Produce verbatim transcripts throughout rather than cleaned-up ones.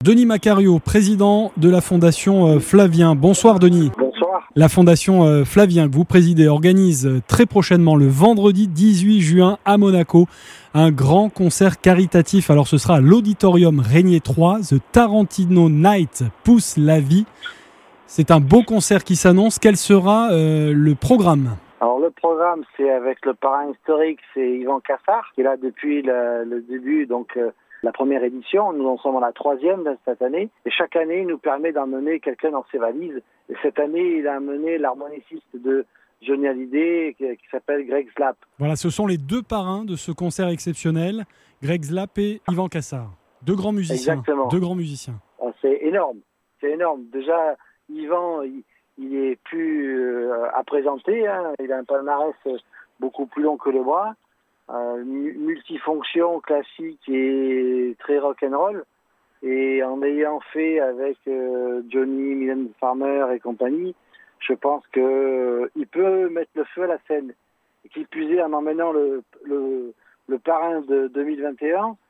Denis Macario, président de la Fondation Flavien. Bonsoir Denis. Bonsoir. La Fondation Flavien que vous présidez organise très prochainement le vendredi dix-huit juin à Monaco un grand concert caritatif. Alors ce sera à l'Auditorium Régnier trois, The Tarantino Night pousse la vie. C'est un beau concert qui s'annonce. Quel sera euh, le programme ? Alors le programme, c'est avec le parrain historique, c'est Yvan Cassard, qui est là depuis le, le début, donc euh, la première édition. Nous en sommes à la troisième de cette année. Et chaque année, il nous permet d'emmener quelqu'un dans ses valises. Et cette année, il a amené l'harmoniciste de Johnny Hallyday, qui, qui s'appelle Greg Slap. Voilà, ce sont les deux parrains de ce concert exceptionnel, Greg Slap et Yvan Cassard. Deux grands musiciens. Exactement. Deux grands musiciens. Alors, c'est énorme. C'est énorme. Déjà, Yvan, il, il est plus euh, à présenter. Hein. Il a un palmarès beaucoup plus long que le bras. Euh, multifonction classique et très rock'n'roll. Et en ayant fait avec euh, Johnny, Mylène Farmer et compagnie, je pense qu'il euh, peut mettre le feu à la scène. Et qu'il plus est en emmenant le, le, le parrain de deux mille vingt et un,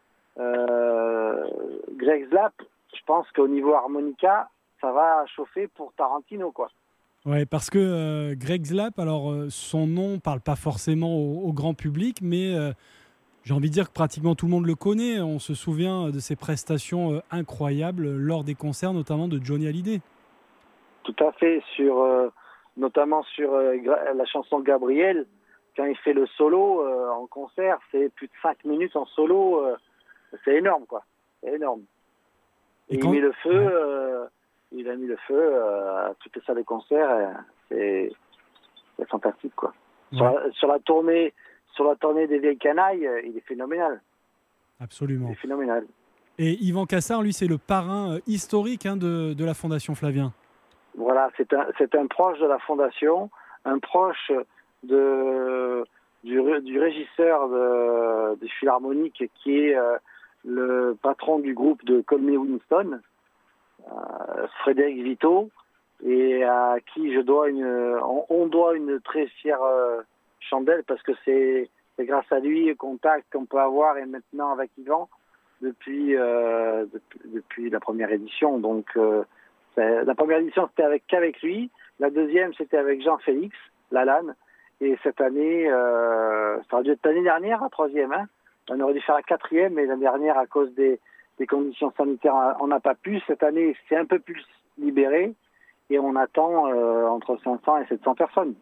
euh, Greg Slap, je pense qu'au niveau harmonica, ça va chauffer pour Tarantino, quoi. Ouais, parce que euh, Greg Slap, alors euh, son nom parle pas forcément au, au grand public, mais euh, j'ai envie de dire que pratiquement tout le monde le connaît. On se souvient de ses prestations euh, incroyables lors des concerts, notamment de Johnny Hallyday. Tout à fait, sur euh, notamment sur euh, la chanson Gabriel, quand il fait le solo euh, en concert, c'est plus de cinq minutes en solo, euh, c'est énorme, quoi. C'est énorme. Et, Et quand... il met le feu. Ouais. Euh, Il a mis le feu euh, à toutes les salles de concert. C'est, c'est fantastique, quoi. Ouais. Sur, la, sur la tournée, sur la tournée des Vieilles Canailles, il est phénoménal. Absolument. Il est phénoménal. Et Yvan Cassard, lui, c'est le parrain historique hein, de, de la Fondation Flavien. Voilà, c'est un, c'est un proche de la Fondation, un proche de, du, du régisseur de, de Philharmonique qui est euh, le patron du groupe de Call Me Winston. Euh, Frédéric Vito, et à qui je dois une, on, on doit une très fière euh, chandelle parce que c'est, c'est grâce à lui le contact qu'on peut avoir et maintenant avec Yvan depuis euh, depuis, depuis la première édition. Donc euh, la première édition c'était avec qu'avec lui, la deuxième c'était avec Jean-Félix Lalanne, et cette année, euh, ça aurait dû être l'année dernière la troisième. Hein, on aurait dû faire la quatrième, mais l'année dernière à cause des Les conditions sanitaires, on n'a pas pu. Cette année, c'est un peu plus libéré et on attend euh, entre cinq cents et sept cents personnes.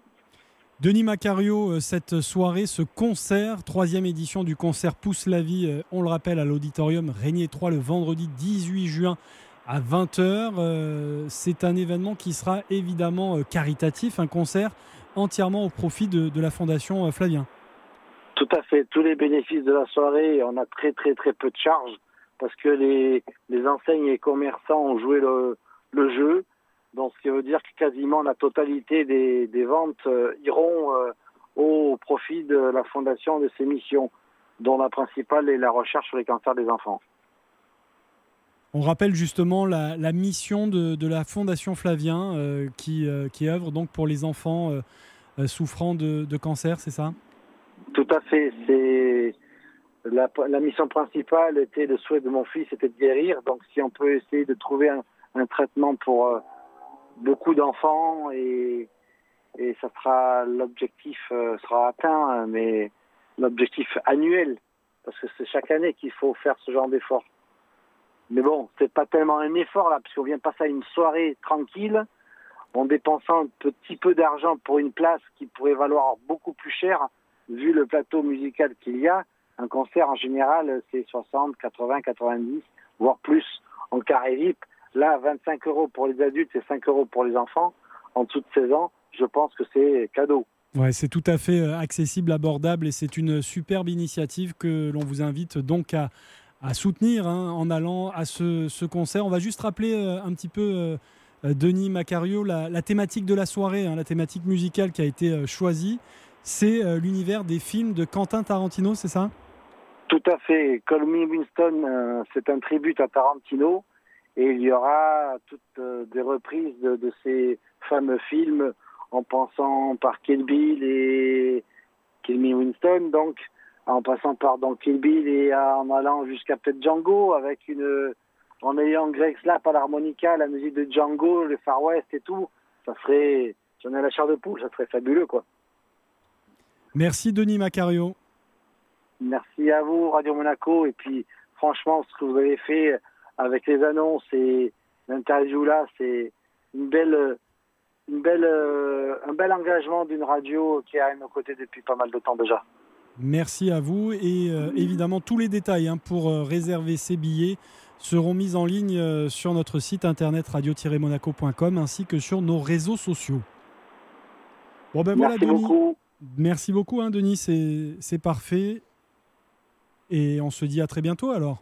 Denis Macario, cette soirée, ce concert, troisième édition du concert Pousse la vie, on le rappelle, à l'Auditorium Régnier trois le vendredi dix-huit juin à vingt heures. C'est un événement qui sera évidemment caritatif, un concert entièrement au profit de, de la Fondation Flavien. Tout à fait. Tous les bénéfices de la soirée, on a très très très peu de charges, parce que les, les enseignes et commerçants ont joué le, le jeu. Donc, ce qui veut dire que quasiment la totalité des, des ventes euh, iront euh, au profit de la fondation de ses missions, dont la principale est la recherche sur les cancers des enfants. On rappelle justement la, la mission de, de la Fondation Flavien euh, qui, euh, qui œuvre donc pour les enfants euh, souffrant de, de cancer, c'est ça ? Tout à fait. C'est... La, la mission principale était le souhait de mon fils, c'était de guérir. Donc, si on peut essayer de trouver un, un traitement pour euh, beaucoup d'enfants, et, et ça sera l'objectif euh, sera atteint, mais l'objectif annuel, parce que c'est chaque année qu'il faut faire ce genre d'effort. Mais bon, c'est pas tellement un effort là, parce qu'on vient passer à une soirée tranquille, en dépensant un petit peu d'argent pour une place qui pourrait valoir beaucoup plus cher, vu le plateau musical qu'il y a. Un concert, en général, c'est soixante, quatre-vingts, quatre-vingt-dix, voire plus en carré V I P. Là, vingt-cinq euros pour les adultes et cinq euros pour les enfants. En dessous de seize ans, je pense que c'est cadeau. Ouais, c'est tout à fait accessible, abordable, et c'est une superbe initiative que l'on vous invite donc à, à soutenir hein, en allant à ce, ce concert. On va juste rappeler euh, un petit peu, euh, Denis Macario, la, la thématique de la soirée, hein, la thématique musicale qui a été euh, choisie. C'est euh, l'univers des films de Quentin Tarantino, c'est ça ? Tout à fait. Call Me Winston, euh, c'est un tribut à Tarantino, et il y aura toutes euh, des reprises de, de ces fameux films, en passant par Kill Bill et Kill Me Winston, donc en passant par donc Kill Bill et en allant jusqu'à peut-être Django, avec une en ayant Greg Slap à l'harmonica, la musique de Django, le Far West et tout, ça serait, j'en ai la chair de poule, ça serait fabuleux, quoi. Merci Denis Macario. Merci à vous, Radio Monaco. Et puis, franchement, ce que vous avez fait avec les annonces et l'interview là, c'est une belle, une belle, euh, un bel engagement d'une radio qui est à nos côtés depuis pas mal de temps déjà. Merci à vous. Et euh, évidemment, tous les détails hein, pour euh, réserver ces billets seront mis en ligne euh, sur notre site internet radio tiret monaco point com ainsi que sur nos réseaux sociaux. Bon ben voilà, Merci Denis. beaucoup. Merci beaucoup, hein, Denis. C'est, c'est parfait. Et on se dit à très bientôt alors.